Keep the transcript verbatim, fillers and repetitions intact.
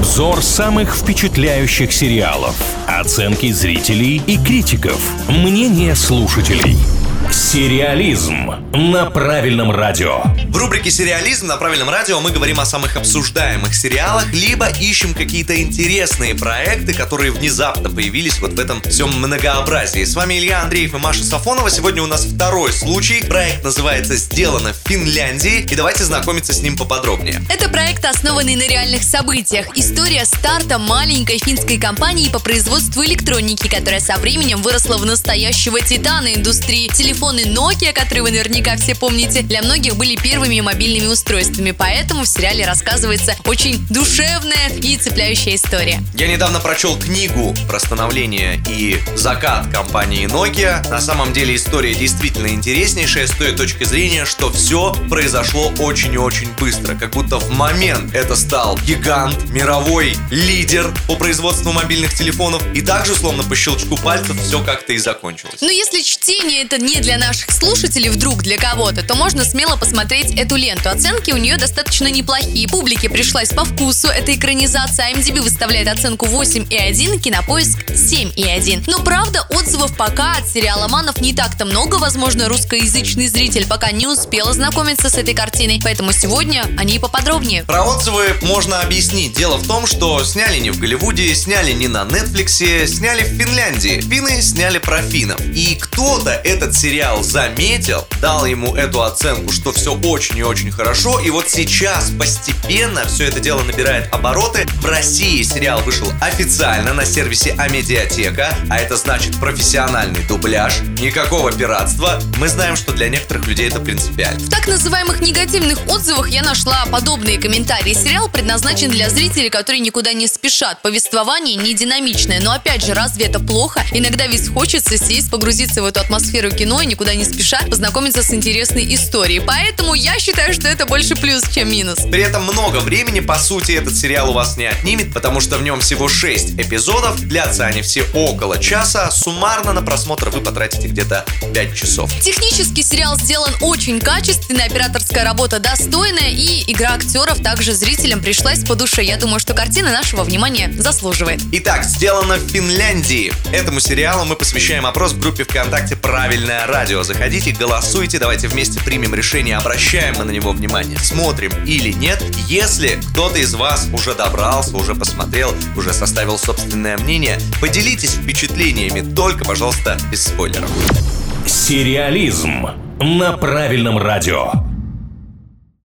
Обзор самых впечатляющих сериалов, оценки зрителей и критиков, мнение слушателей. Сериализм на правильном радио. В рубрике «Сериализм» на правильном радио мы говорим о самых обсуждаемых сериалах, либо ищем какие-то интересные проекты, которые внезапно появились вот в этом всем многообразии. С вами Илья Андреев и Маша Сафонова. Сегодня у нас второй случай. Проект называется «Сделано в Финляндии», и давайте знакомиться с ним поподробнее. Это проект, основанный на реальных событиях. История старта маленькой финской компании по производству электроники, которая со временем выросла в настоящего титана индустрии. Телефоны Nokia, которые вы наверняка все помните, для многих были первыми мобильными устройствами, поэтому в сериале рассказывается очень душевная и цепляющая история. Я недавно прочел книгу про становление и закат компании Nokia. На самом деле история действительно интереснейшая с той точки зрения, что все произошло очень и очень быстро. Как будто в момент это стал гигант, мировой лидер по производству мобильных телефонов, и также, словно по щелчку пальцев, все как-то и закончилось. Но если чтение это не для наших слушателей, вдруг для кого-то, то можно смело посмотреть эту ленту. Оценки у нее достаточно неплохие. Публике пришлась по вкусу эта экранизация. ай эм ди би выставляет оценку восемь и один, Кинопоиск семь и один. Но правда, отзывов пока от сериаломанов не так-то много. Возможно, русскоязычный зритель пока не успел ознакомиться с этой картиной, поэтому сегодня о ней поподробнее. Про отзывы можно объяснить. Дело в том, что сняли не в Голливуде, сняли не на Netflix, сняли в Финляндии. Финны сняли про финнов. И кто-то этот сериал заметил, дал ему эту оценку, что все очень и очень хорошо, и вот сейчас постепенно все это дело набирает обороты. В России сериал вышел официально на сервисе Амедиатека, а это значит профессиональный дубляж, никакого пиратства. Мы знаем, что для некоторых людей это принципиально. В так называемых негативных отзывах я нашла подобные комментарии. Сериал предназначен для зрителей, которые никуда не спешат. Повествование не динамичное, но опять же, разве это плохо? Иногда ведь хочется сесть, погрузиться в эту атмосферу кино и никуда не спеша познакомиться с интересной историей. Поэтому я считаю, что это больше плюс, чем минус. При этом много времени, по сути, этот сериал у вас не отнимет, потому что в нем всего шесть эпизодов. Длятся они все около часа. Суммарно на просмотр вы потратите где-то пять часов. Технически сериал сделан очень качественно, операторская работа достойная, и игра актеров также зрителям пришлась по душе. Я думаю, что картина нашего внимания заслуживает. Итак, «Сделано в Финляндии». Этому сериалу мы посвящаем опрос в группе ВКонтакте «Правильное радио». Заходите, голосуйте, давайте вместе примем решение, обращаем мы на него внимание, смотрим или нет. Если кто-то из вас уже добрался, уже посмотрел, уже составил собственное мнение, поделитесь впечатлениями, только, пожалуйста, без спойлеров. Сериализм на правильном радио.